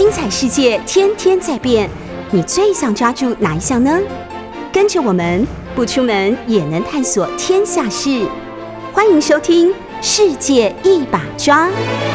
精彩世界天天在变，你最想抓住哪一项呢？跟着我们不出门也能探索天下事，欢迎收听《世界一把抓》。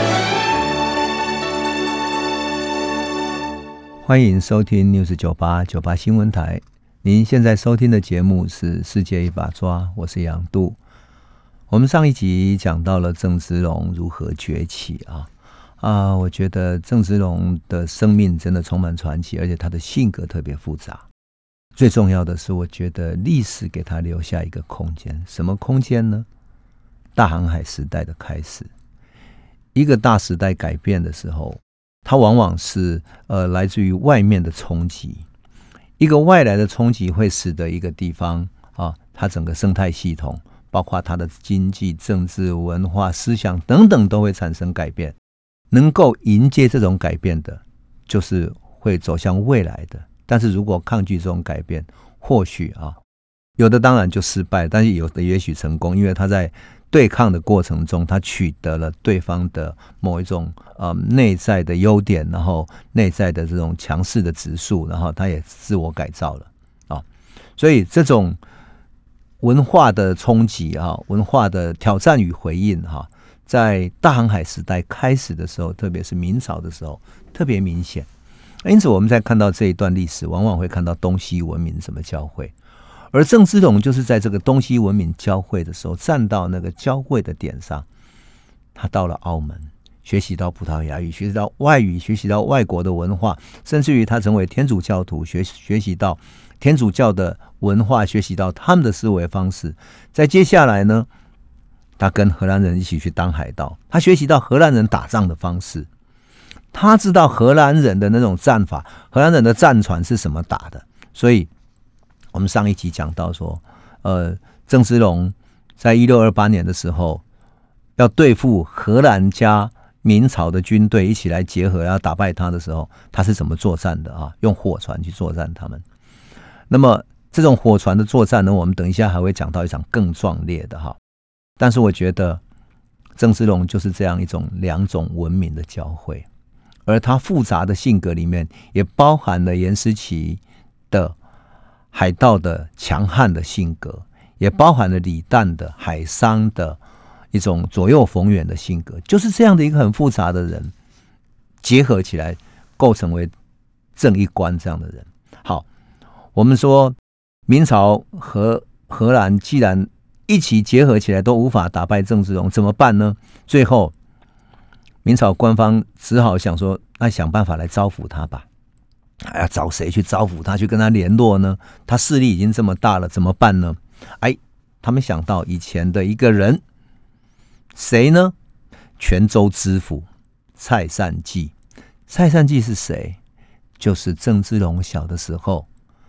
欢迎收听 News98 新闻台。您现在收听的节目是《世界一把抓》，我是杨度。我们上一集讲到了郑芝龙如何崛起我觉得郑芝龙的生命真的充满传奇，而且他的性格特别复杂。最重要的是，我觉得历史给他留下一个空间。什么空间呢？大航海时代的开始。一个大时代改变的时候，它往往是来自于外面的冲击。一个外来的冲击会使得一个地方它整个生态系统，包括它的经济、政治、文化、思想等等都会产生改变。能够迎接这种改变的，就是会走向未来的。但是如果抗拒这种改变，或许有的当然就失败，但是有的也许成功，因为他在对抗的过程中，他取得了对方的某一种内在的优点，然后内在的这种强势的指数，然后他也自我改造了所以这种文化的冲击文化的挑战与回应在大航海时代开始的时候，特别是明朝的时候特别明显。因此我们在看到这一段历史，往往会看到东西文明怎么交汇，而郑芝龙就是在这个东西文明交汇的时候，站到那个交汇的点上。他到了澳门，学习到葡萄牙语，学习到外语，学习到外国的文化，甚至于他成为天主教徒，学习到天主教的文化，学习到他们的思维方式。在接下来呢，他跟荷兰人一起去当海盗，他学习到荷兰人打仗的方式，他知道荷兰人的那种战法，荷兰人的战船是什么打的。所以我们上一集讲到说郑芝龙在1628年的时候要对付荷兰加明朝的军队一起来结合，要打败他的时候，他是怎么作战的用火船去作战他们。那么这种火船的作战呢，我们等一下还会讲到一场更壮烈的但是我觉得郑芝龙就是这样两种文明的交汇，而他复杂的性格里面也包含了颜思齐的海盗的强悍的性格，也包含了李旦的海商的一种左右逢源的性格。就是这样的一个很复杂的人结合起来，构成为郑一官这样的人。好，我们说明朝和荷兰既然一起结合起来都无法打败郑芝龙，怎么办呢？最后明朝官方只好想说，那想办法来招抚他吧。找谁去招抚他，去跟他联络呢？他势力已经这么大了，怎么办呢？他们想到以前的一个人，谁呢？泉州知府蔡善济。蔡善济是谁？就是郑芝龙小的时候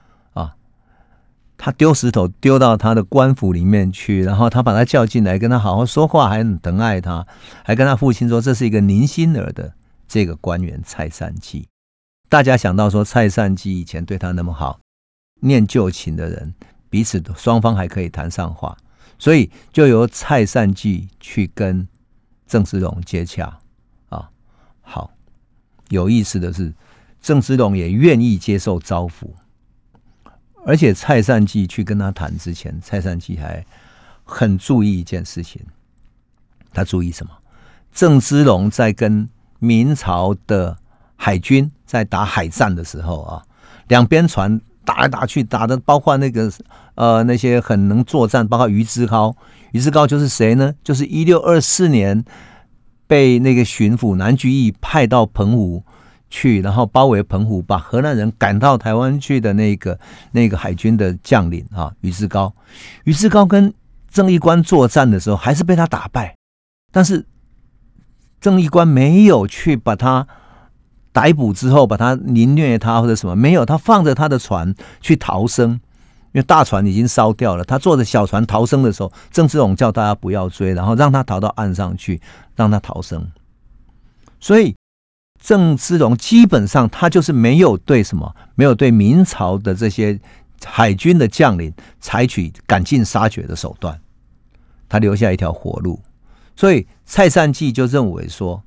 他丢石头丢到他的官府里面去，然后他把他叫进来，跟他好好说话，还很疼爱他，还跟他父亲说这是一个宁心儿的这个官员蔡善济。大家想到说蔡善济以前对他那么好，念旧情的人，彼此双方还可以谈上话，所以就由蔡善济去跟郑芝龙接洽好，有意思的是郑芝龙也愿意接受招抚，而且蔡善济去跟他谈之前，蔡善济还很注意一件事情。他注意什么？郑芝龙在跟明朝的海军在打海战的时候两边船打来打去，打的包括那些很能作战，包括于之高。于之高就是谁呢？就是1624年被那个巡抚南居易派到澎湖去，然后包围澎湖，把荷兰人赶到台湾去的那个海军的将领于之高。于之高跟郑一官作战的时候，还是被他打败，但是郑一官没有去把他逮捕之后把他凌虐他或者什么，没有，他放着他的船去逃生，因为大船已经烧掉了，他坐着小船逃生的时候，郑芝龙叫大家不要追，然后让他逃到岸上去，让他逃生。所以郑芝龙基本上他就是没有对明朝的这些海军的将领采取赶尽杀绝的手段，他留下一条活路。所以蔡善济就认为说，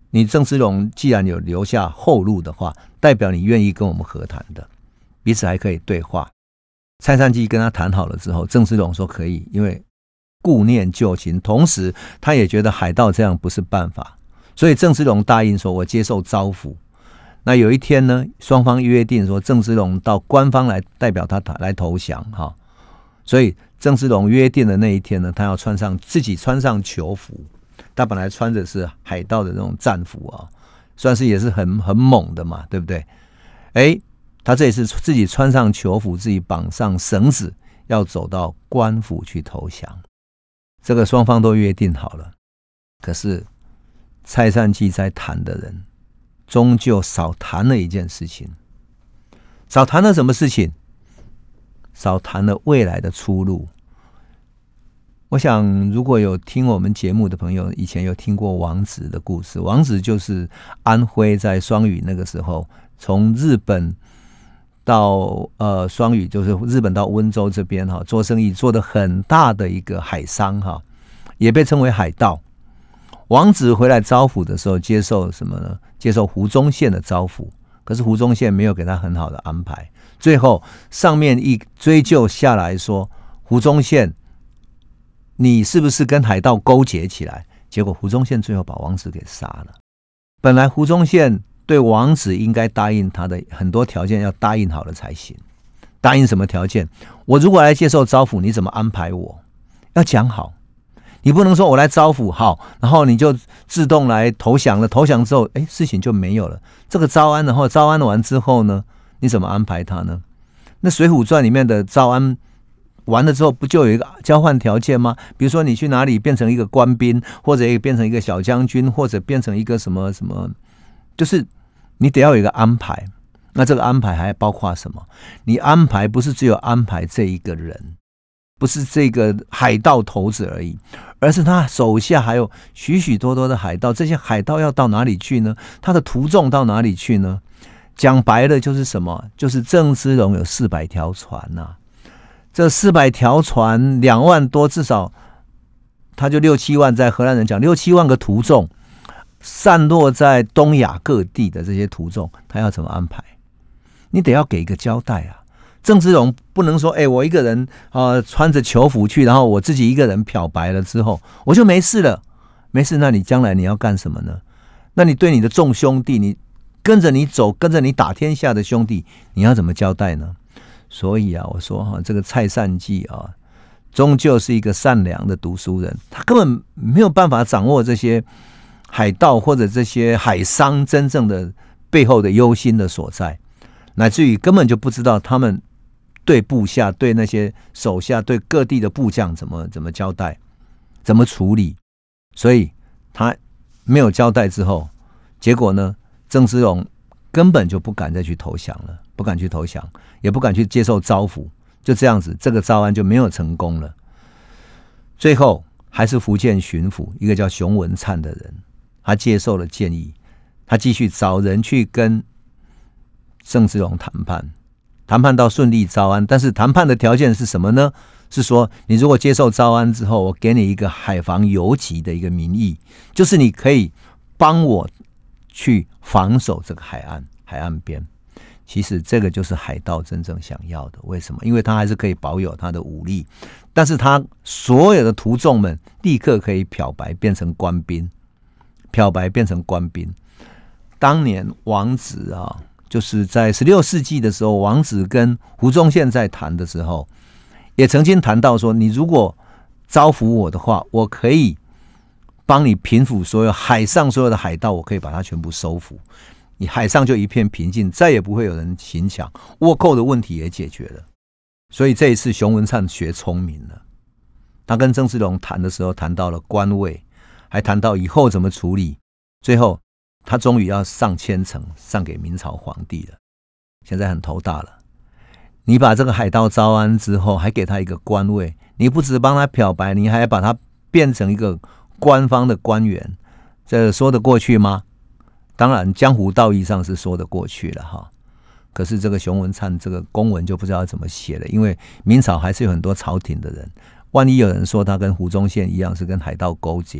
你郑芝龙既然有留下后路的话，代表你愿意跟我们和谈的，彼此还可以对话。蔡善济跟他谈好了之后，郑芝龙说可以，因为顾念旧情，同时他也觉得海盗这样不是办法，所以郑芝龙答应说我接受招抚。那有一天呢，双方约定说郑芝龙到官方来代表他来投降哈，所以郑芝龙约定的那一天呢，他要自己穿上囚服。他本来穿的是海盗的那种战服啊，算是也是很猛的嘛，对不对？他这一次自己穿上囚服，自己绑上绳子，要走到官府去投降。这个双方都约定好了，可是蔡善济在谈的人，终究少谈了一件事情。少谈了什么事情？少谈了未来的出路。我想如果有听我们节目的朋友，以前有听过王子的故事。王子就是安徽在双屿那个时候，从日本到双屿，就是日本到温州这边做生意做得很大的一个海商也被称为海盗。王子回来招抚的时候，接受什么呢？接受胡宗宪的招抚，可是胡宗宪没有给他很好的安排。最后上面一追究下来说，胡宗宪你是不是跟海盗勾结起来？结果胡宗宪最后把王子给杀了。本来胡宗宪对王子应该答应他的很多条件，要答应好了才行。答应什么条件？我如果来接受招抚，你怎么安排我？要讲好。你不能说我来招抚好，然后你就自动来投降了。投降之后，事情就没有了。这个招安，然后招安完之后呢，你怎么安排他呢？那《水浒传》里面的招安完了之后，不就有一个交换条件吗？比如说你去哪里变成一个官兵，或者变成一个小将军，或者变成一个什么什么，就是你得要有一个安排。那这个安排还包括什么？你安排不是只有安排这一个人，不是这个海盗头子而已，而是他手下还有许许多多的海盗。这些海盗要到哪里去呢？他的途中到哪里去呢？讲白了就是什么？就是郑芝龙有400条船这400条船2万多，至少他就6、7万，在荷兰人讲6、7万个途中散落在东亚各地的这些途中，他要怎么安排？你得要给一个交代啊！郑芝龙不能说我一个人穿着囚服去，然后我自己一个人漂白了之后我就没事了。没事，那你将来你要干什么呢？那你对你的众兄弟，你跟着你走，跟着你打天下的兄弟，你要怎么交代呢？所以我说这个蔡善济终究是一个善良的读书人，他根本没有办法掌握这些海盗或者这些海商真正的背后的忧心的所在，乃至于根本就不知道他们对部下、对那些手下、对各地的部将怎么交代、怎么处理。所以他没有交代之后，结果呢，郑芝龙根本就不敢再去投降了，不敢去投降，也不敢去接受招抚，就这样子，这个招安就没有成功了。最后还是福建巡抚一个叫熊文灿的人，他接受了建议，他继续找人去跟郑芝龙谈判，谈判到顺利招安。但是谈判的条件是什么呢？是说你如果接受招安之后，我给你一个海防游击的一个名义，就是你可以帮我去防守这个海岸边。其实这个就是海盗真正想要的。为什么？因为他还是可以保有他的武力，但是他所有的徒众们立刻可以漂白变成官兵，漂白变成官兵。当年王子就是在16世纪的时候，王子跟胡宗宪在谈的时候，也曾经谈到说，你如果招抚我的话，我可以帮你平抚所有海上所有的海盗，我可以把它全部收服，你海上就一片平静，再也不会有人行抢，倭寇的问题也解决了。所以这一次熊文灿学聪明了，他跟郑芝龙谈的时候谈到了官位，还谈到以后怎么处理，最后他终于要上千层，上给明朝皇帝了。现在很头大了，你把这个海盗招安之后，还给他一个官位，你不只帮他漂白，你还把他变成一个官方的官员，这说得过去吗？当然江湖道义上是说得过去了可是这个熊文灿这个公文就不知道怎么写了，因为明朝还是有很多朝廷的人，万一有人说他跟胡宗宪一样是跟海盗勾结，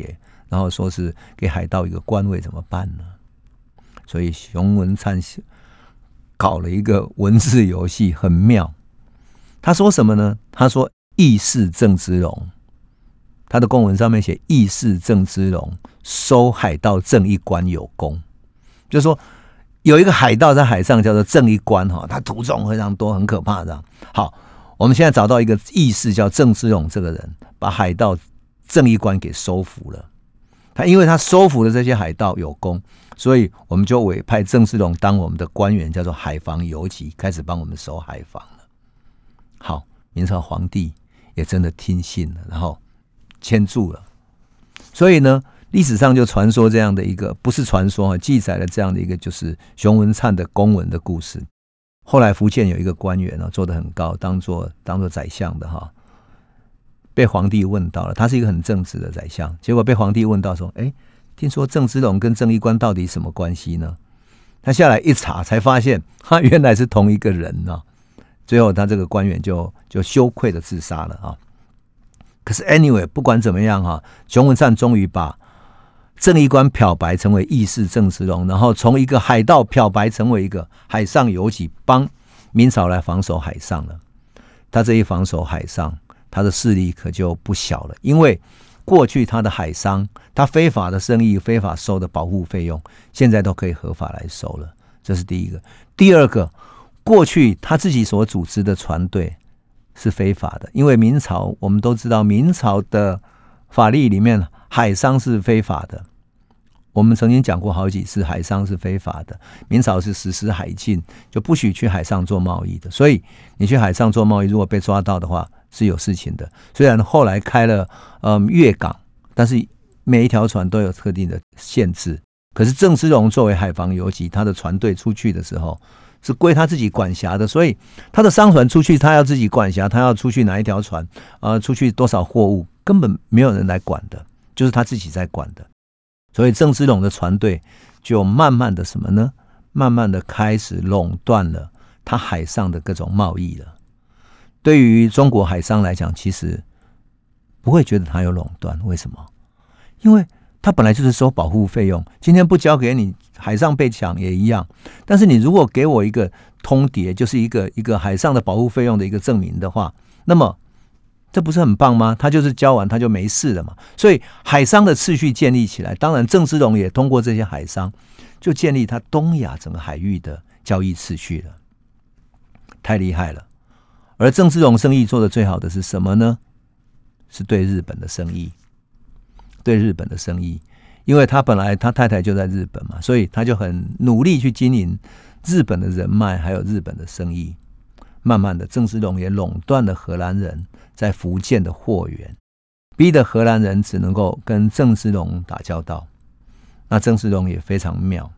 然后说是给海盗一个官位，怎么办呢？所以熊文灿搞了一个文字游戏，很妙。他说什么呢？他说义士郑芝龙，他的公文上面写义士郑芝龙收海盗郑一官有功，就是说有一个海盗在海上叫做郑一官，他徒众非常多，很可怕的。好，我们现在找到一个义士叫郑芝龙，这个人把海盗郑一官给收服了。因为他收服了这些海盗有功，所以我们就委派郑芝龙当我们的官员，叫做海防游击，开始帮我们守海防了。好，明朝皇帝也真的听信了，然后签注了。所以呢，历史上就传说这样的一个，不是传说，记载了这样的一个就是熊文灿的公文的故事。后来福建有一个官员做得很高，当做宰相的被皇帝问到了，他是一个很正直的宰相，结果被皇帝问到说，听说郑芝龙跟郑一官到底什么关系呢？他下来一查才发现他原来是同一个人最后他这个官员就羞愧的自杀了可是 anyway 不管怎么样熊文灿终于把郑一官漂白成为义士郑芝龙，然后从一个海盗漂白成为一个海上游击，帮明朝来防守海上了。他这一防守海上，他的势力可就不小了，因为过去他的海商，他非法的生意，非法收的保护费用，现在都可以合法来收了，这是第一个。第二个，过去他自己所组织的船队是非法的，因为明朝我们都知道，明朝的法律里面海商是非法的，我们曾经讲过好几次，海商是非法的。明朝是实施海禁，就不许去海上做贸易的，所以你去海上做贸易，如果被抓到的话是有事情的。虽然后来开了粤港，但是每一条船都有特定的限制。可是郑芝龙作为海防游击，他的船队出去的时候是归他自己管辖的，所以他的商船出去他要自己管辖，他要出去哪一条船出去多少货物，根本没有人来管的，就是他自己在管的。所以郑芝龙的船队就慢慢的什么呢？慢慢的开始垄断了他海上的各种贸易了。对于中国海商来讲，其实不会觉得他有垄断，为什么？因为他本来就是收保护费用，今天不交给你，海上被抢也一样。但是你如果给我一个通牒，就是一个海上的保护费用的一个证明的话，那么这不是很棒吗？他就是交完他就没事了嘛。所以海商的秩序建立起来，当然郑芝龙也通过这些海商就建立他东亚整个海域的交易秩序了，太厉害了。而郑芝龙生意做的最好的是什么呢？是对日本的生意，对日本的生意，因为他本来他太太就在日本嘛，所以他就很努力去经营日本的人脉，还有日本的生意。慢慢的，郑芝龙也垄断了荷兰人在福建的货源，逼得荷兰人只能够跟郑芝龙打交道。那郑芝龙也非常妙，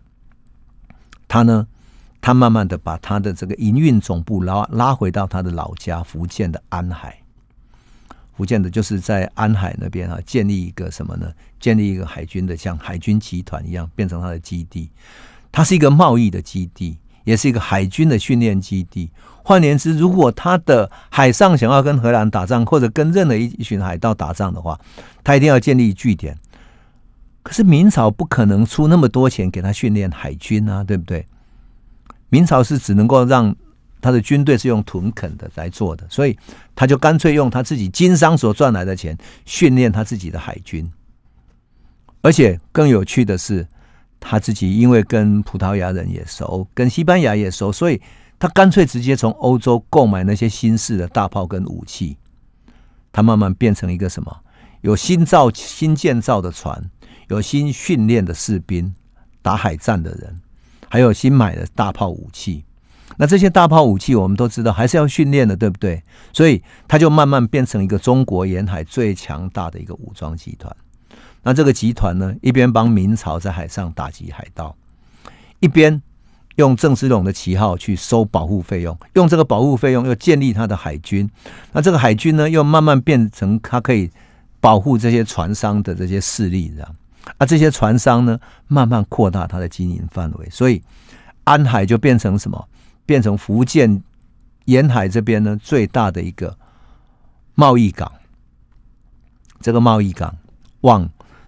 他慢慢的把他的这个营运总部拉回到他的老家福建的安海。福建的就是在安海那边建立一个什么呢？建立一个海军的像海军集团一样，变成他的基地。它是一个贸易的基地，也是一个海军的训练基地。换言之，如果他的海上想要跟荷兰打仗，或者跟任何一群海盗打仗的话，他一定要建立据点。可是明朝不可能出那么多钱给他训练海军啊，对不对？明朝是只能够让他的军队是用屯垦的来做的，所以他就干脆用他自己经商所赚来的钱训练他自己的海军。而且更有趣的是，他自己因为跟葡萄牙人也熟，跟西班牙也熟，所以他干脆直接从欧洲购买那些新式的大炮跟武器。他慢慢变成一个什么？有新建造的船，有新训练的士兵，打海战的人，还有新买的大炮武器。那这些大炮武器我们都知道还是要训练的，对不对？所以他就慢慢变成一个中国沿海最强大的一个武装集团。那这个集团呢，一边帮明朝在海上打击海盗，一边用郑芝龙的旗号去收保护费用，用这个保护费用又建立他的海军。那这个海军呢，又慢慢变成他可以保护这些船商的这些势力，这些船商呢，慢慢扩大他的经营范围。所以安海就变成什么？变成福建沿海这边呢最大的一个贸易港。这个贸易港往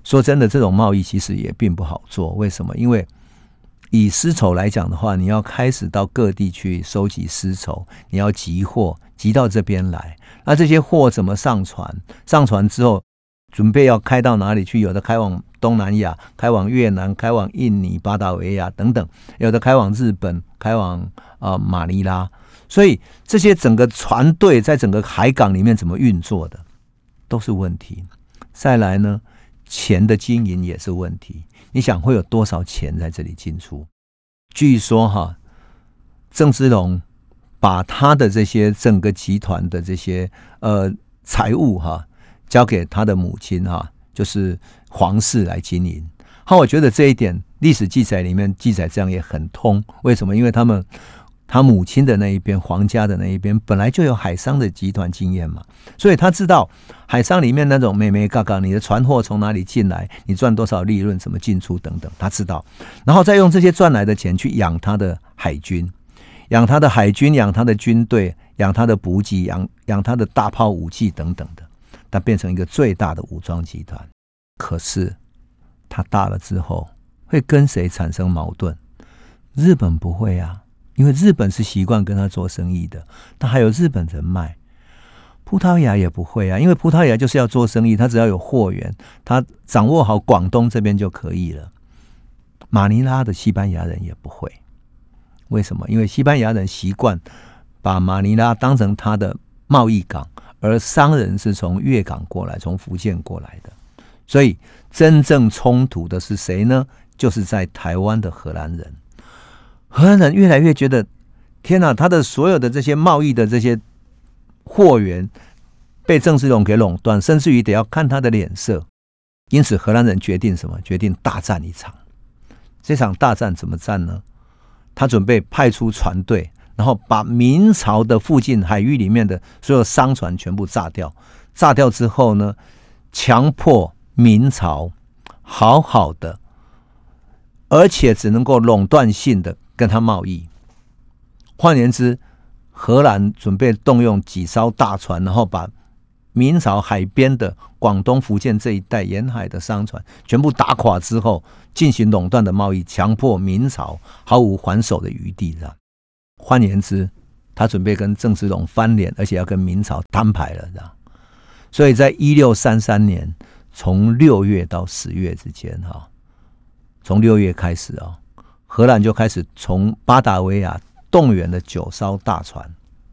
说真的，这种贸易其实也并不好做。为什么？因为以丝绸来讲的话，你要开始到各地去收集丝绸，你要集货，集到这边来。那这些货怎么上船？上船之后，准备要开到哪里去？有的开往东南亚，开往越南，开往印尼、巴达维亚等等；有的开往日本，开往马尼拉。所以这些整个船队在整个海港里面怎么运作的，都是问题。再来呢，钱的经营也是问题。你想会有多少钱在这里进出？据说郑芝龙把他的这些整个集团的这些财务交给他的母亲就是皇室来经营。我觉得这一点历史记载里面记载这样也很通。为什么？因为他母亲的那一边，皇家的那一边本来就有海商的集团经验嘛，所以他知道海商里面那种眉眉角角，你的船货从哪里进来，你赚多少利润，怎么进出等等，他知道，然后再用这些赚来的钱去养他的海军，养他的海军，养他的军队，养他的补给，养他的大炮武器等等的，他变成一个最大的武装集团。可是他大了之后会跟谁产生矛盾？日本不会啊，因为日本是习惯跟他做生意的，他还有日本人脉。葡萄牙也不会啊，因为葡萄牙就是要做生意，他只要有货源，他掌握好广东这边就可以了。马尼拉的西班牙人也不会。为什么？因为西班牙人习惯把马尼拉当成他的贸易港，而商人是从粤港过来，从福建过来的。所以真正冲突的是谁呢？就是在台湾的荷兰人。荷兰人越来越觉得，天哪，他的所有的这些贸易的这些货源被郑芝龙给垄断，甚至于得要看他的脸色。因此荷兰人决定什么？决定大战一场。这场大战怎么战呢？他准备派出船队，然后把明朝的附近海域里面的所有商船全部炸掉。炸掉之后呢，强迫明朝好好的，而且只能够垄断性的跟他贸易。换言之，荷兰准备动用几艘大船，然后把明朝海边的广东、福建这一带沿海的商船全部打垮之后，进行垄断的贸易，强迫明朝毫无还手的余地。换言之，他准备跟郑芝龙翻脸，而且要跟明朝摊牌了。所以在1633年，从6月到10月之间，从6月开始荷兰就开始从巴达维亚动员了9艘大船，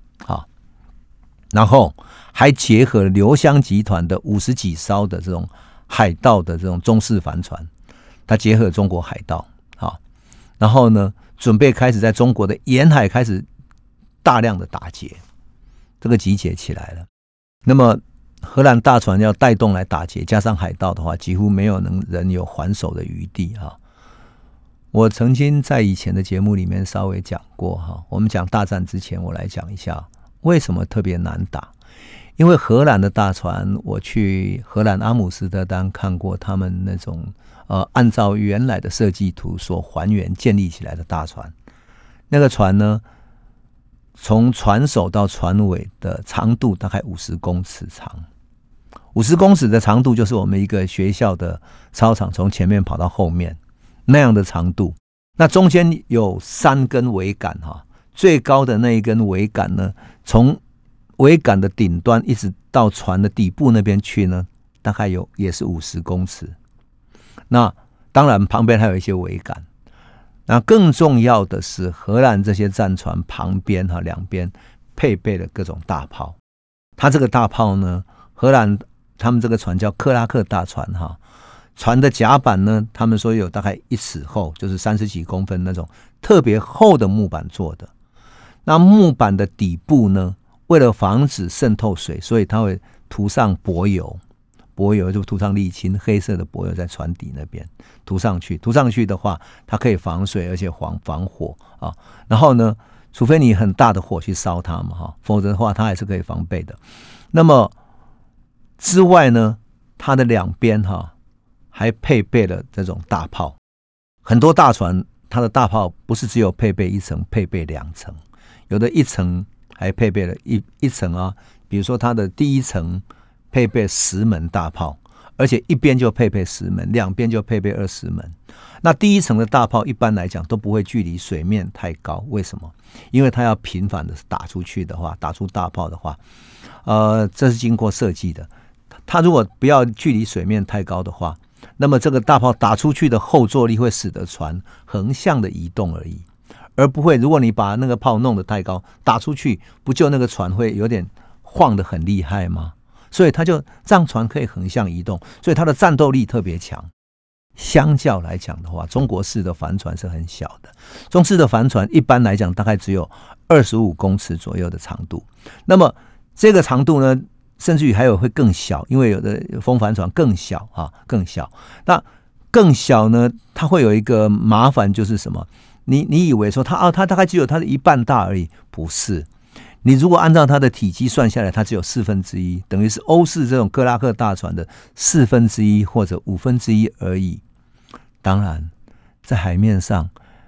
然后还结合留香集团的50几艘的这种海盗的这种中式帆船，他结合中国海盗，然后呢，准备开始在中国的沿海开始大量的打劫，这个集结起来了。那么荷兰大船要带动来打劫，加上海盗的话，几乎没有人有还手的余地。我曾经在以前的节目里面稍微讲过，我们讲大战之前，我来讲一下为什么特别难打。因为荷兰的大船，我去荷兰阿姆斯特丹看过他们那种按照原来的设计图所还原建立起来的大船。那个船呢，从船首到船尾的长度大概50公尺长，50公尺的长度就是我们一个学校的操场从前面跑到后面那样的长度。那中间有3根桅杆，最高的那一根桅杆呢，从桅杆的顶端一直到船的底部那边去呢，大概也是50公尺。那当然旁边还有一些桅杆。那更重要的是，荷兰这些战船旁边两边配备了各种大炮。它这个大炮呢，荷兰他们这个船叫克拉克大船，船的甲板呢，他们说有大概1尺厚，就是30几公分那种特别厚的木板做的。那木板的底部呢，为了防止渗透水，所以它会涂上柏油，柏油就涂上沥青，黑色的柏油在船底那边涂上去。涂上去的话，它可以防水，而且防火啊。然后呢，除非你很大的火去烧它嘛，否则的话它还是可以防备的。那么之外呢，它的两边还配备了这种大炮。很多大船它的大炮不是只有配备1层，配备2层，有的1层还配备了一层比如说它的第1层配备10门大炮， 而且一边就配10门，两边就配备20门。那第一层的大炮一般来讲都不会距离水面太高，为什么？因为它要频繁的打出去的话，打出大炮的话，这是经过设计的。它如果不要距离水面太高的话，那么这个大炮打出去的后坐力会使得船横向的移动而已，而不会，如果你把那个炮弄得太高，打出去不就那个船会有点晃得很厉害吗？所以它就让船可以横向移动，所以它的战斗力特别强。相较来讲的话，中国式的帆船是很小的，中式的帆船一般来讲大概只有25公尺左右的长度，那么这个长度呢，甚至于还有会更小，因为有的风帆船更小更小。那更小呢，它会有一个麻烦，就是什么？你以为说它大概只有它的一半大而已，不是。你如果按照它的体积算下来，它只有1/4，等于是欧式这种克拉克大船的1/4或者1/5而已。当然，在海面上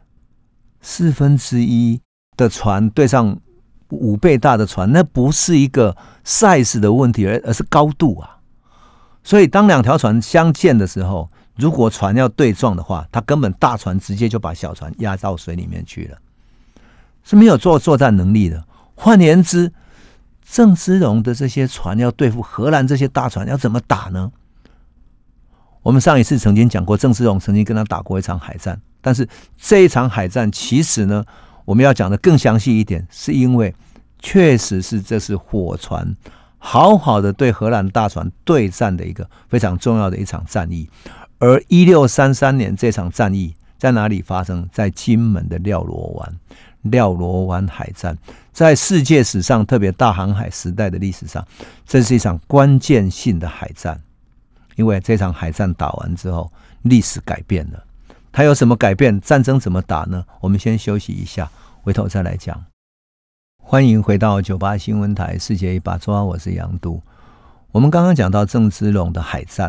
1/4的船对上5倍大的船，那不是一个 size 的问题，而是高度啊。所以当两条船相见的时候，如果船要对撞的话，它根本大船直接就把小船压到水里面去了，是没有作战能力的。换言之，郑芝龙的这些船要对付荷兰这些大船，要怎么打呢？我们上一次曾经讲过，郑芝龙曾经跟他打过一场海战，但是这一场海战其实呢，我们要讲的更详细一点，是因为确实是这是火船好好的对荷兰大船对战的一个非常重要的一场战役。而1633年这场战役在哪里发生？在金门的廖罗湾海战，在世界史上，特别大航海时代的历史上，这是一场关键性的海战。因为这场海战打完之后，历史改变了。它有什么改变？战争怎么打呢？我们先休息一下，回头再来讲。欢迎回到98新闻台世界一把抓，我是杨度。我们刚刚讲到郑芝龙的海战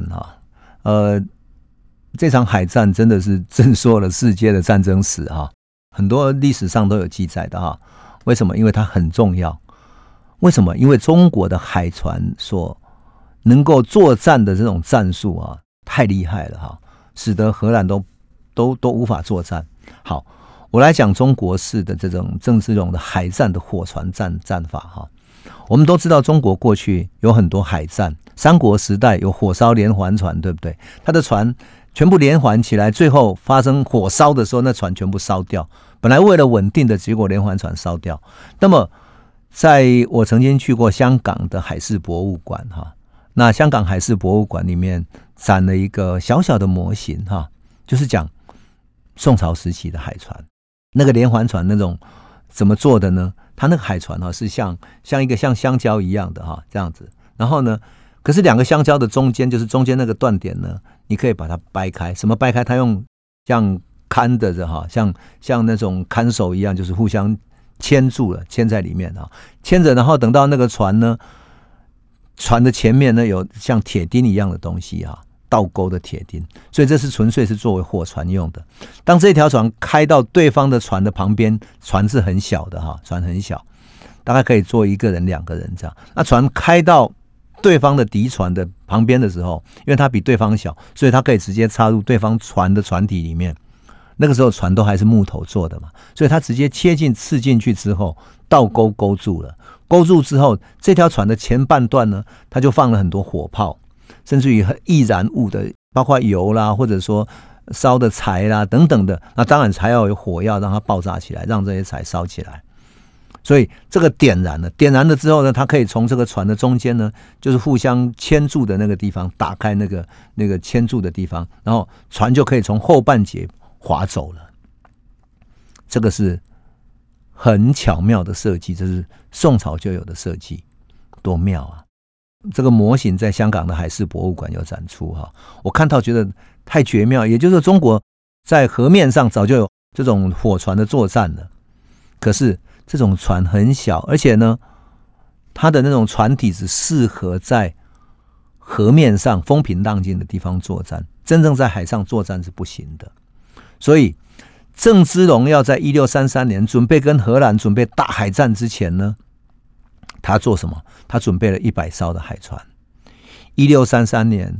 这场海战真的是震烁了世界的战争史很多历史上都有记载的为什么？因为它很重要。为什么？因为中国的海船所能够作战的这种战术太厉害了使得荷兰都无法作战。好，我来讲中国式的这种郑芝龙的海战的火船战法我们都知道中国过去有很多海战，三国时代有火烧连环船，对不对？它的船全部连环起来，最后发生火烧的时候，那船全部烧掉。本来为了稳定的，结果连环船烧掉。那么在我曾经去过香港的海事博物馆那香港海事博物馆里面展了一个小小的模型就是讲宋朝时期的海船，那个连环船那种怎么做的呢？它那个海船是像一个像香蕉一样的这样子，然后呢，可是两个香蕉的中间，就是中间那个断点呢，你可以把它掰开。什么掰开？它用像看的像那种看手一样，就是互相牵住了，牵在里面牵着，然后等到那个船呢，船的前面呢有像铁钉一样的东西倒钩的铁钉，所以这是纯粹是作为火船用的。当这条船开到对方的船的旁边，船是很小的船很小，大概可以坐1个人2个人这样。那船开到对方的敌船的旁边的时候，因为它比对方小，所以它可以直接插入对方船的船体里面。那个时候船都还是木头做的嘛，所以它直接刺进去之后，倒钩住了。勾住之后，这条船的前半段呢，它就放了很多火炮，甚至于易燃物的，包括油啦，或者说烧的柴啦等等的。那当然还要有火药让它爆炸起来，让这些柴烧起来。所以这个点燃了之后呢，它可以从这个船的中间呢，就是互相牵住的那个地方打开那个牵住的地方，然后船就可以从后半截划走了。这个是很巧妙的设计，这是宋朝就有的设计，多妙啊！这个模型在香港的海事博物馆有展出我看到觉得太绝妙。也就是说，中国在河面上早就有这种火船的作战了，可是这种船很小，而且呢，它的那种船体只适合在河面上风平浪静的地方作战，真正在海上作战是不行的。所以郑芝龙要在1633年准备跟荷兰准备大海战之前呢，他做什么？他准备了100艘的海船。1633年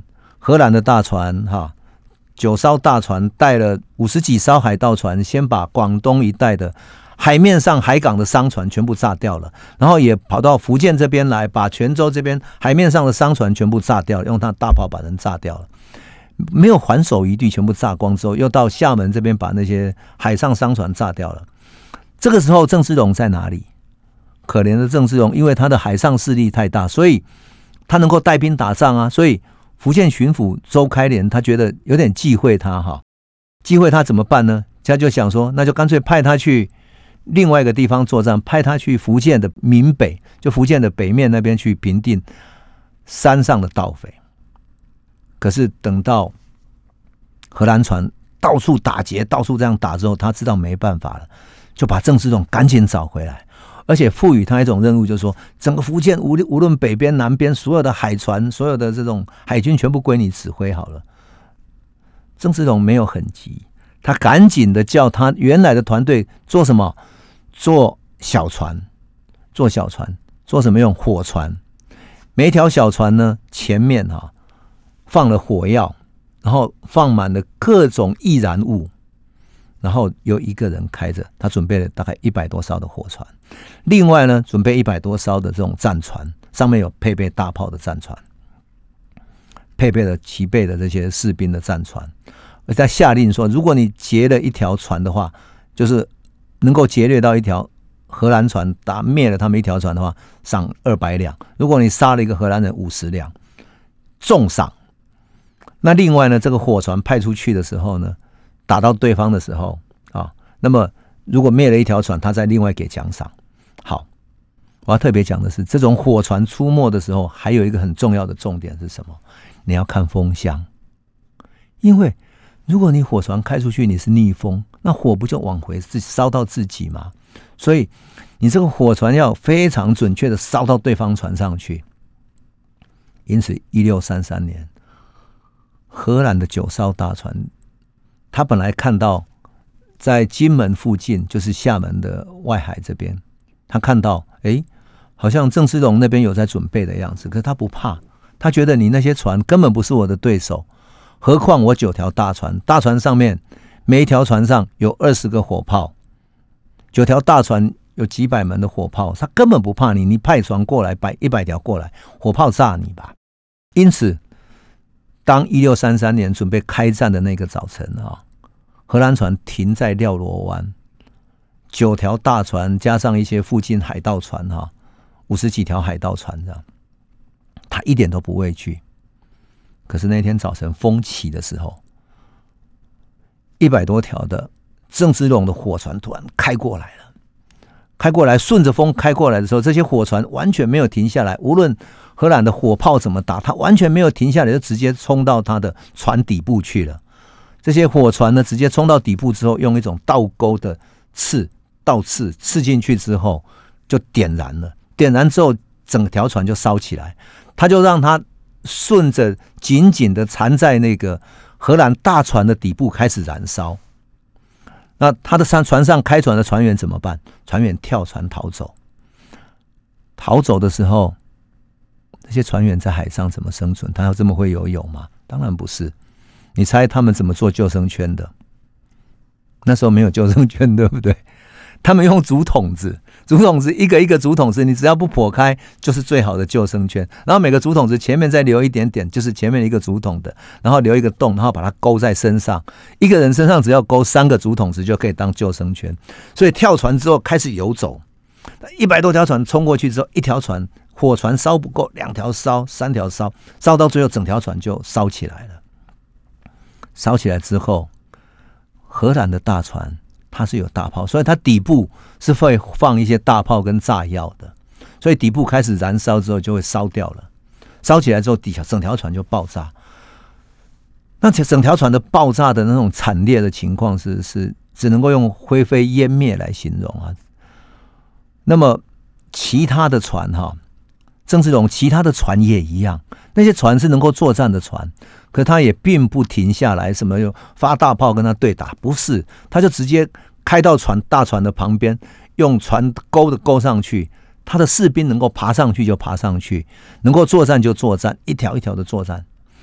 荷兰的大船9艘大船带了50几艘海盗船，先把广东一带的海面上海港的商船全部炸掉了，然后也跑到福建这边来，把泉州这边海面上的商船全部炸掉了，用他大炮把人炸掉了，没有还手余地，全部炸光之后，又到厦门这边把那些海上商船炸掉了。这个时候郑芝龙在哪里？可怜的郑芝龙，因为他的海上势力太大，所以他能够带兵打仗啊，所以福建巡抚周开廉他觉得有点忌讳他忌讳他怎么办呢？他就想说，那就干脆派他去另外一个地方作战，派他去福建的闽北，就福建的北面那边去平定山上的盗匪。可是等到荷兰船到处打劫，到处这样打之后，他知道没办法了，就把郑芝龙赶紧找回来，而且赋予他一种任务，就是说整个福建无论北边南边所有的海船，所有的这种海军全部归你指挥好了。郑芝龙没有很急，他赶紧的叫他原来的团队做什么？做小船，做什么用？火船。每一条小船呢，前面放了火药，然后放满了各种易燃物，然后有一个人开着，他准备了大概100多艘的火船，另外呢准备100多艘的这种战船，上面有配备大炮的战船，配备了齐备的这些士兵的战船。而在下令说，如果你劫了一条船的话，就是能够劫掠到一条荷兰船，打灭了他们一条船的话，赏200两；如果你杀了一个荷兰人，50两，重赏。那另外呢，这个火船派出去的时候呢，打到对方的时候那么如果灭了一条船，他再另外给奖赏。好，我要特别讲的是，这种火船出没的时候，还有一个很重要的重点是什么？你要看风向，因为如果你火船开出去，你是逆风，那火不就往回烧到自己吗？所以你这个火船要非常准确的烧到对方船上去。因此1633年荷兰的9艘大船，他本来看到在金门附近，就是厦门的外海这边，他看到好像郑芝龙那边有在准备的样子，可是他不怕，他觉得你那些船根本不是我的对手，何况我9条大船，大船上面每一条船上有20个火炮，9条大船有几百门的火炮，他根本不怕你，你派船过来，摆100条过来，火炮炸你吧。因此当1633年准备开战的那个早晨荷兰船停在廖罗湾，9条大船加上一些附近海盗船50几条海盗船这样，他一点都不畏惧。可是那天早晨风起的时候，100多条的郑芝龙的火船突然开过来了，开过来顺着风开过来的时候，这些火船完全没有停下来，无论荷兰的火炮怎么打，它完全没有停下来，就直接冲到它的船底部去了。这些火船呢，直接冲到底部之后，用一种倒钩的倒刺刺进去之后，就点燃了。点燃之后，整条船就烧起来。他就让它顺着紧紧的缠在那个荷兰大船的底部开始燃烧。那他的船上开船的船员怎么办？船员跳船逃走。逃走的时候，这些船员在海上怎么生存？他要这么会游泳吗？当然不是。你猜他们怎么做救生圈的？那时候没有救生圈，对不对？他们用竹筒子一个一个竹筒子，你只要不破开就是最好的救生圈。然后每个竹筒子前面再留一点点，就是前面一个竹筒的，然后留一个洞，然后把它勾在身上。一个人身上只要勾3个竹筒子就可以当救生圈。所以跳船之后开始游走，100多条船冲过去之后，一条船火船烧不够，2条烧，3条烧，烧到最后整条船就烧起来了。烧起来之后，荷兰的大船它是有大炮，所以它底部是会放一些大炮跟炸药的，所以底部开始燃烧之后就会烧掉了。烧起来之后，底下整条船就爆炸。那整条船的爆炸的那种惨烈的情况是只能够用灰飞烟灭来形容啊。那么其他的船郑芝龙其他的船也一样，那些船是能够作战的船，可他也并不停下来什么又发大炮跟他对打，不是，他就直接开到大船的旁边，用船勾上去，他的士兵能够爬上去就爬上去，能够作战就作战，一条一条的作战。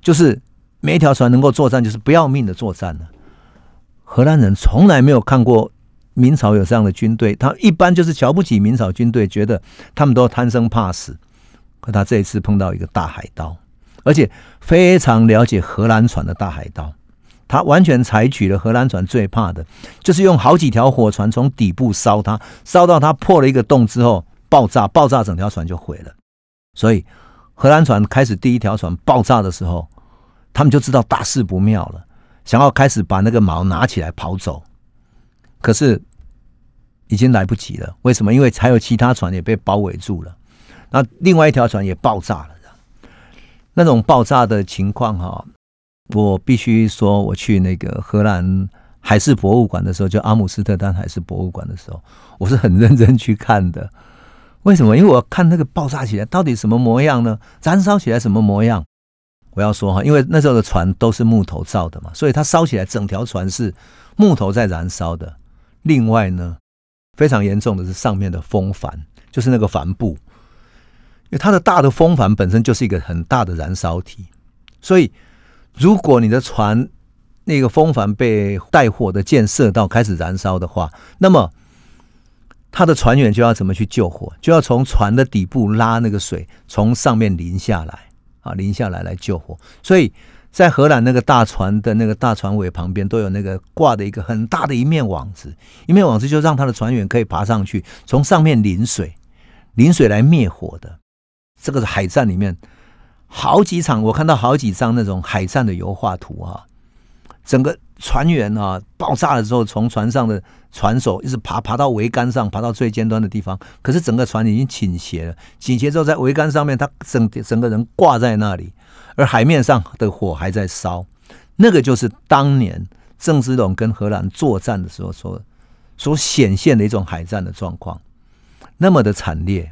就是每一条船能够作战，就是不要命的作战了。荷兰人从来没有看过明朝有这样的军队，他一般就是瞧不起明朝军队，觉得他们都贪生怕死。可他这一次碰到一个大海盗，而且非常了解荷兰船的大海盗，他完全采取了荷兰船最怕的，就是用好几条火船从底部烧它，烧到它破了一个洞之后爆炸，整条船就毁了。所以荷兰船开始第一条船爆炸的时候，他们就知道大事不妙了，想要开始把那个锚拿起来跑走，可是已经来不及了。为什么？因为还有其他船也被包围住了，那另外一条船也爆炸了。那种爆炸的情况我必须说，我去那个荷兰海事博物馆的时候，就阿姆斯特丹海事博物馆的时候，我是很认真去看的。为什么？因为我看那个爆炸起来到底什么模样呢？燃烧起来什么模样？我要说因为那时候的船都是木头造的嘛，所以它烧起来整条船是木头在燃烧的。另外呢，非常严重的是上面的风帆，就是那个帆布，因为它的大的风帆本身就是一个很大的燃烧体，所以如果你的船那个风帆被带火的箭射到开始燃烧的话，那么他的船员就要怎么去救火？就要从船的底部拉那个水，从上面淋下来来救火。所以在荷兰那个大船的那个大船尾旁边都有那个挂的一个很大的一面网子，就让他的船员可以爬上去，从上面淋水来灭火的。这个海战里面好几场，我看到好几张那种海战的油画图整个船员爆炸了之后，从船上的船手一直爬到桅杆上，爬到最尖端的地方，可是整个船已经倾斜了，倾斜之后在桅杆上面他整个人挂在那里，而海面上的火还在烧。那个就是当年郑芝龙跟荷兰作战的时候所显现的一种海战的状况，那么的惨烈。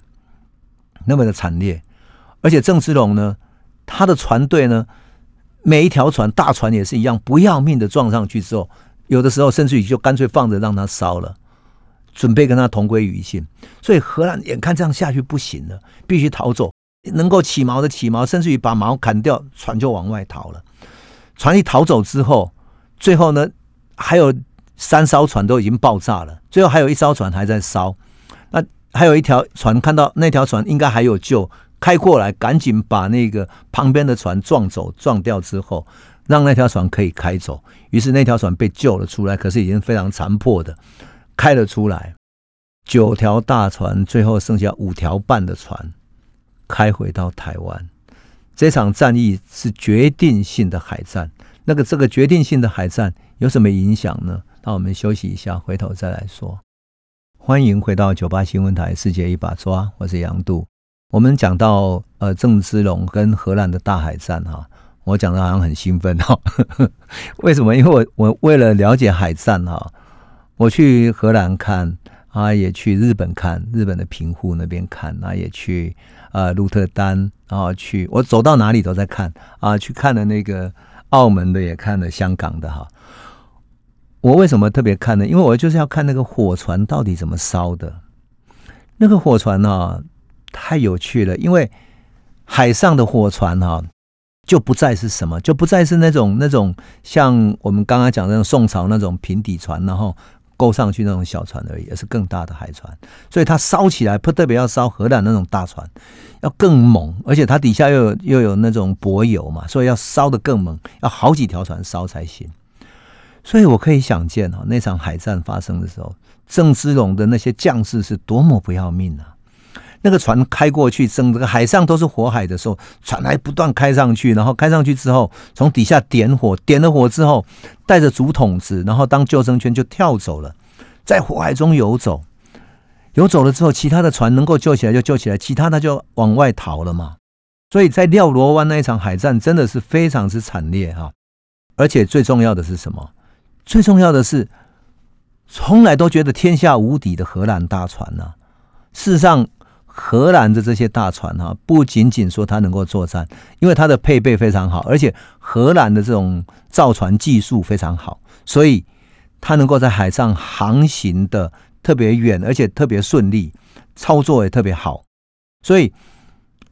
而且郑芝龙呢，他的船队呢，每一条船大船也是一样，不要命的撞上去之后，有的时候甚至于就干脆放着让它烧了，准备跟它同归于尽。所以荷兰眼看这样下去不行了，必须逃走，能够起锚的起锚，甚至于把锚砍掉，船就往外逃了。船一逃走之后，最后呢还有3艘船都已经爆炸了，最后还有1艘船还在烧。那还有一条船，看到那条船应该还有救，开过来赶紧把那个旁边的船撞掉之后，让那条船可以开走。于是那条船被救了出来，可是已经非常残破的开了出来。9条大船最后剩下5条半的船开回到台湾。这场战役是决定性的海战。这个决定性的海战有什么影响呢？那我们休息一下，回头再来说。欢迎回到98新闻台世界一把抓，我是杨度。我们讲到郑芝龙跟荷兰的大海战我讲的好像很兴奋为什么？因为我为了了解海战我去荷兰看也去日本看，日本的平户那边看也去鹿特丹，然后我走到哪里都在看去看了那个澳门的，也看了香港的我为什么特别看呢？因为我就是要看那个火船到底怎么烧的。那个火船太有趣了，因为海上的火船就不再是什么，就不再是那种像我们刚刚讲的那种宋朝那种平底船，然后勾上去那种小船而已，而是更大的海船。所以它烧起来特别要烧荷兰那种大船，要更猛，而且它底下又有那种柏油嘛，所以要烧得更猛，要好几条船烧才行。所以我可以想见那场海战发生的时候，郑芝龙的那些将士是多么不要命那个船开过去，整个海上都是火海的时候，船还不断开上去，然后开上去之后，从底下点火，点了火之后，带着竹筒子，然后当救生圈就跳走了，在火海中游走了之后，其他的船能够救起来就救起来，其他的就往外逃了嘛。所以在廖罗湾那一场海战真的是非常之惨烈而且最重要的是什么？最重要的是，从来都觉得天下无敌的荷兰大船事实上荷兰的这些大船不仅仅说它能够作战，因为它的配备非常好，而且荷兰的这种造船技术非常好，所以它能够在海上航行的特别远，而且特别顺利，操作也特别好。所以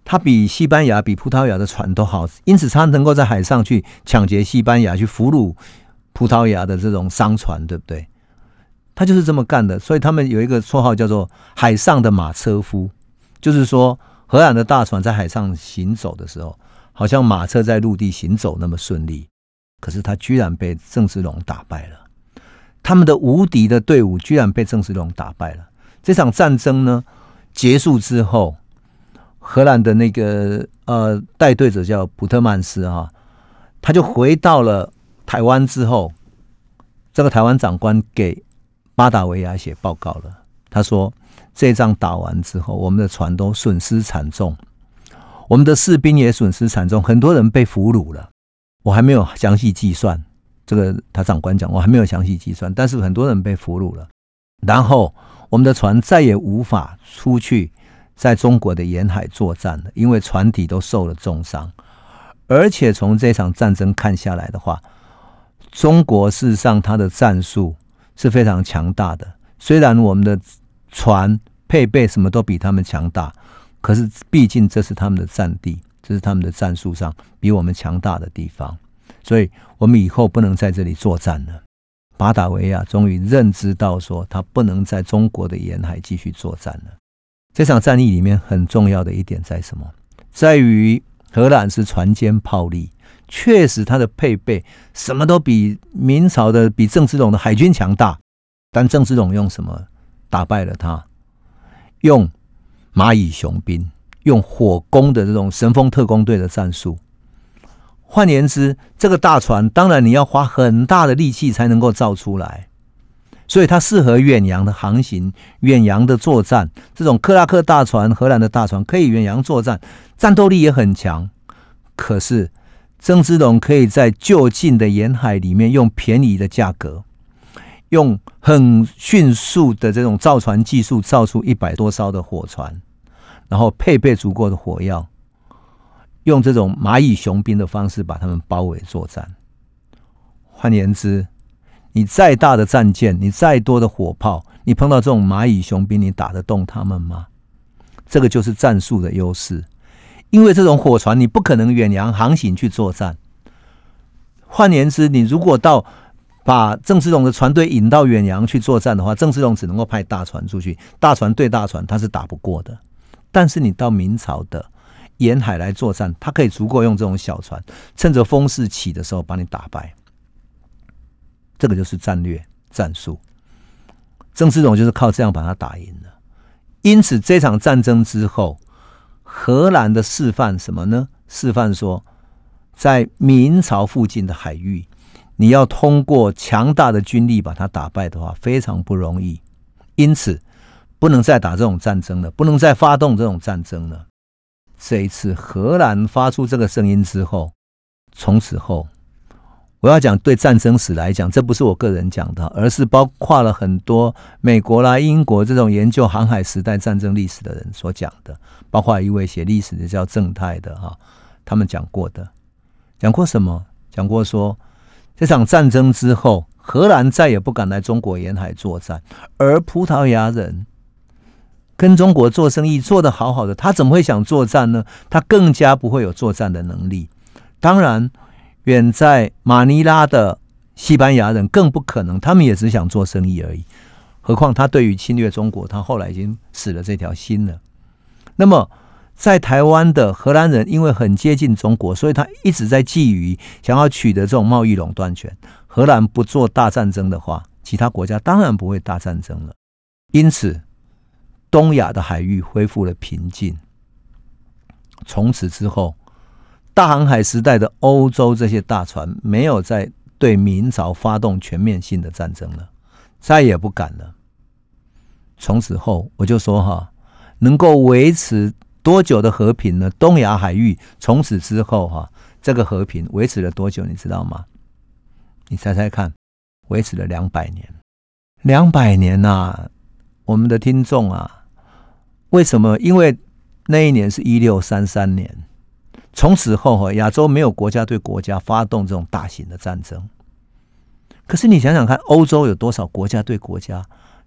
它比西班牙、比葡萄牙的船都好，因此它能够在海上去抢劫西班牙，去俘虏葡萄牙的这种商船，对不对？他就是这么干的，所以他们有一个绰号叫做海上的马车夫，就是说荷兰的大船在海上行走的时候，好像马车在陆地行走那么顺利，可是他居然被郑芝龙打败了。他们的无敌的队伍居然被郑芝龙打败了。这场战争呢结束之后，荷兰的那个带队者叫普特曼斯啊，他就回到了台湾之后，这个台湾长官给巴达维亚写报告了。他说这一仗打完之后，我们的船都损失惨重，我们的士兵也损失惨重，很多人被俘虏了。我还没有详细计算，这个他长官讲我还没有详细计算，但是很多人被俘虏了。然后我们的船再也无法出去在中国的沿海作战了，因为船体都受了重伤。而且从这场战争看下来的话，中国事实上它的战术是非常强大的，虽然我们的船配备什么都比他们强大，可是毕竟这是他们的战地，这是他们的战术上比我们强大的地方，所以我们以后不能在这里作战了。巴达维亚终于认知到说他不能在中国的沿海继续作战了。这场战役里面很重要的一点在什么？在于荷兰是船坚炮利，确实它的配备什么都比明朝的、比郑芝龙的海军强大，但郑芝龙用什么打败了他？用蚂蚁雄兵，用火攻的这种神风特攻队的战术。换言之，这个大船当然你要花很大的力气才能够造出来，所以它适合远洋的航行、远洋的作战。这种克拉克大船、荷兰的大船可以远洋作战，战斗力也很强。可是郑芝龙可以在就近的沿海里面用便宜的价格，用很迅速的这种造船技术造出100多艘的火船，然后配备足够的火药，用这种蚂蚁雄兵的方式把他们包围作战。换言之，你再大的战舰，你再多的火炮，你碰到这种蚂蚁雄兵，你打得动他们吗？这个就是战术的优势。因为这种火船你不可能远洋航行去作战。换言之，你如果把郑芝龙的船队引到远洋去作战的话，郑芝龙只能够派大船出去，大船对大船他是打不过的。但是你到明朝的沿海来作战，他可以足够用这种小船，趁着风势起的时候把你打败。这个就是战略战术，郑芝龙就是靠这样把他打赢了。因此这场战争之后，荷兰的示范什么呢？示范说在明朝附近的海域，你要通过强大的军力把它打败的话非常不容易，因此不能再打这种战争了，不能再发动这种战争了。这一次荷兰发出这个声音之后，从此后我要讲对战争史来讲，这不是我个人讲的，而是包括了很多美国啦、英国这种研究航海时代战争历史的人所讲的，包括一位写历史的叫郑泰的他们讲过的。讲过什么？讲过说这场战争之后，荷兰再也不敢来中国沿海作战，而葡萄牙人跟中国做生意做得好好的，他怎么会想作战呢？他更加不会有作战的能力。当然远在马尼拉的西班牙人更不可能，他们也只想做生意而已。何况他对于侵略中国，他后来已经死了这条心了。那么在台湾的荷兰人因为很接近中国，所以他一直在觊觎想要取得这种贸易垄断权。荷兰不做大战争的话，其他国家当然不会大战争了。因此东亚的海域恢复了平静。从此之后，大航海时代的欧洲这些大船没有再对明朝发动全面性的战争了，再也不敢了。从此后我就说能够维持多久的和平呢？东亚海域从此之后这个和平维持了多久你知道吗？你猜猜看，维持了200年。200年啊，我们的听众为什么？因为那一年是1633年，从此后亚洲没有国家对国家发动这种大型的战争。可是你想想看，欧洲有多少国家对国家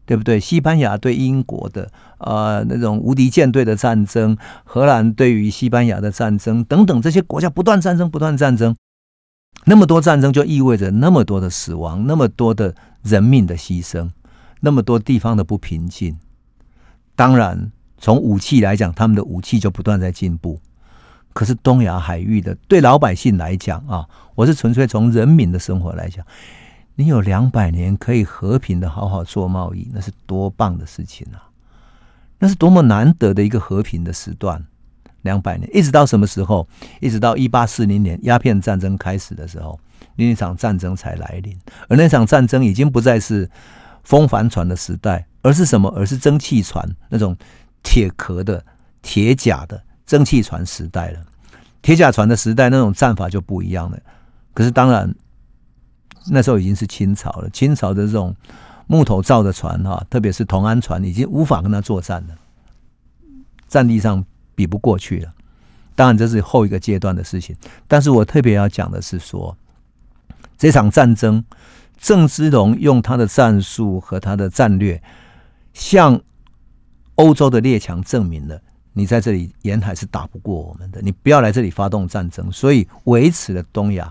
对不对？西班牙对英国的那种无敌舰队的战争，荷兰对于西班牙的战争等等，这些国家不断战争，那么多战争就意味着那么多的死亡，那么多的人命的牺牲，那么多地方的不平静。当然从武器来讲，他们的武器就不断在进步，可是东亚海域的对老百姓来讲啊，我是纯粹从人民的生活来讲，你有200年可以和平的好好做贸易，那是多棒的事情啊！那是多么难得的一个和平的时段。200年，一直到什么时候？一直到1840年鸦片战争开始的时候，那场战争才来临。而那场战争已经不再是风帆船的时代，而是什么？而是蒸汽船，那种铁壳的、铁甲的蒸汽船时代了。铁甲船的时代，那种战法就不一样了。可是当然，那时候已经是清朝了。清朝的这种木头造的船特别是同安船，已经无法跟它作战了，战力上比不过去了。当然这是后一个阶段的事情，但是我特别要讲的是说，这场战争郑芝龙用他的战术和他的战略向欧洲的列强证明了，你在这里沿海是打不过我们的，你不要来这里发动战争，所以维持了东亚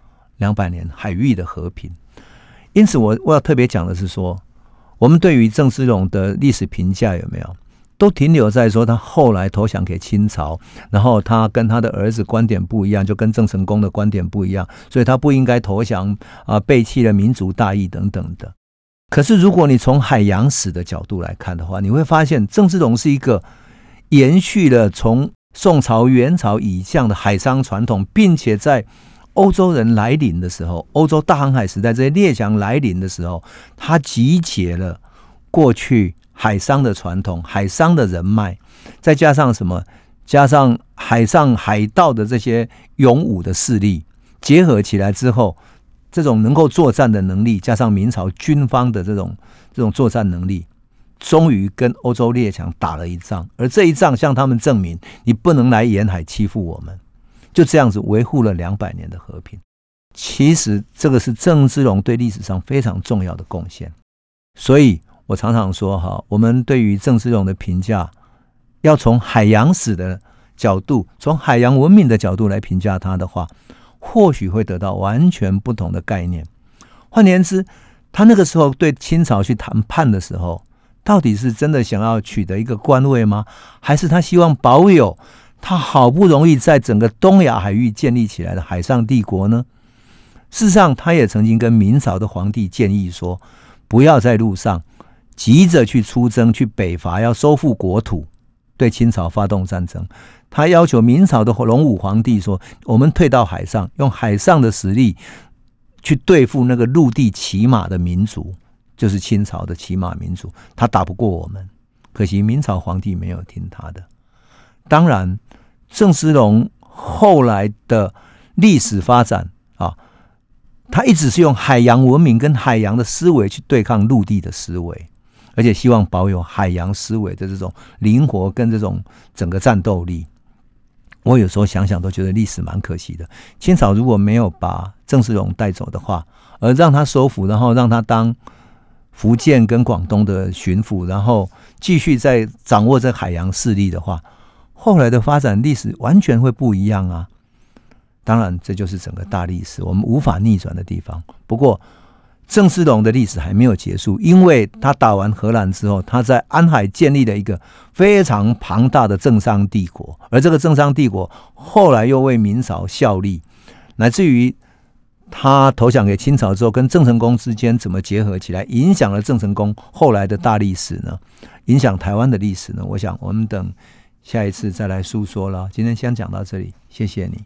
200年海域的和平。因此我要特别讲的是说，我们对于郑芝龙的历史评价有没有都停留在说他后来投降给清朝，然后他跟他的儿子观点不一样，就跟郑成功的观点不一样，所以他不应该投降背弃了民族大义等等的。可是如果你从海洋史的角度来看的话，你会发现郑芝龙是一个延续了从宋朝元朝以降的海商传统，并且在欧洲人来临的时候，欧洲大航海时代这些列强来临的时候，他集结了过去海商的传统，海商的人脉，再加上什么？加上海上海盗的这些勇武的势力，结合起来之后，这种能够作战的能力，加上明朝军方的这种作战能力，终于跟欧洲列强打了一仗。而这一仗向他们证明，你不能来沿海欺负我们，就这样子维护了200年的和平。其实这个是郑芝龙对历史上非常重要的贡献。所以我常常说我们对于郑芝龙的评价要从海洋史的角度，从海洋文明的角度来评价他的话，或许会得到完全不同的概念。换言之，他那个时候对清朝去谈判的时候，到底是真的想要取得一个官位吗？还是他希望保有他好不容易在整个东亚海域建立起来的海上帝国呢？事实上他也曾经跟明朝的皇帝建议说，不要在路上急着去出征，去北伐，要收复国土，对清朝发动战争。他要求明朝的隆武皇帝说，我们退到海上，用海上的实力去对付那个陆地骑马的民族，就是清朝的骑马民族。他打不过我们，可惜明朝皇帝没有听他的。当然郑芝龙后来的历史发展他一直是用海洋文明跟海洋的思维去对抗陆地的思维，而且希望保有海洋思维的这种灵活跟这种整个战斗力。我有时候想想都觉得历史蛮可惜的。清朝如果没有把郑芝龙带走的话，而让他收服，然后让他当福建跟广东的巡抚，然后继续在掌握这海洋势力的话，后来的发展历史完全会不一样啊。当然这就是整个大历史，我们无法逆转的地方。不过郑芝龙的历史还没有结束，因为他打完荷兰之后，他在安海建立了一个非常庞大的政商帝国，而这个政商帝国后来又为明朝效力，乃至于他投降给清朝之后，跟郑成功之间怎么结合起来，影响了郑成功后来的大历史呢？影响台湾的历史呢？我想我们等下一次再来诉说了。今天先讲到这里，谢谢你。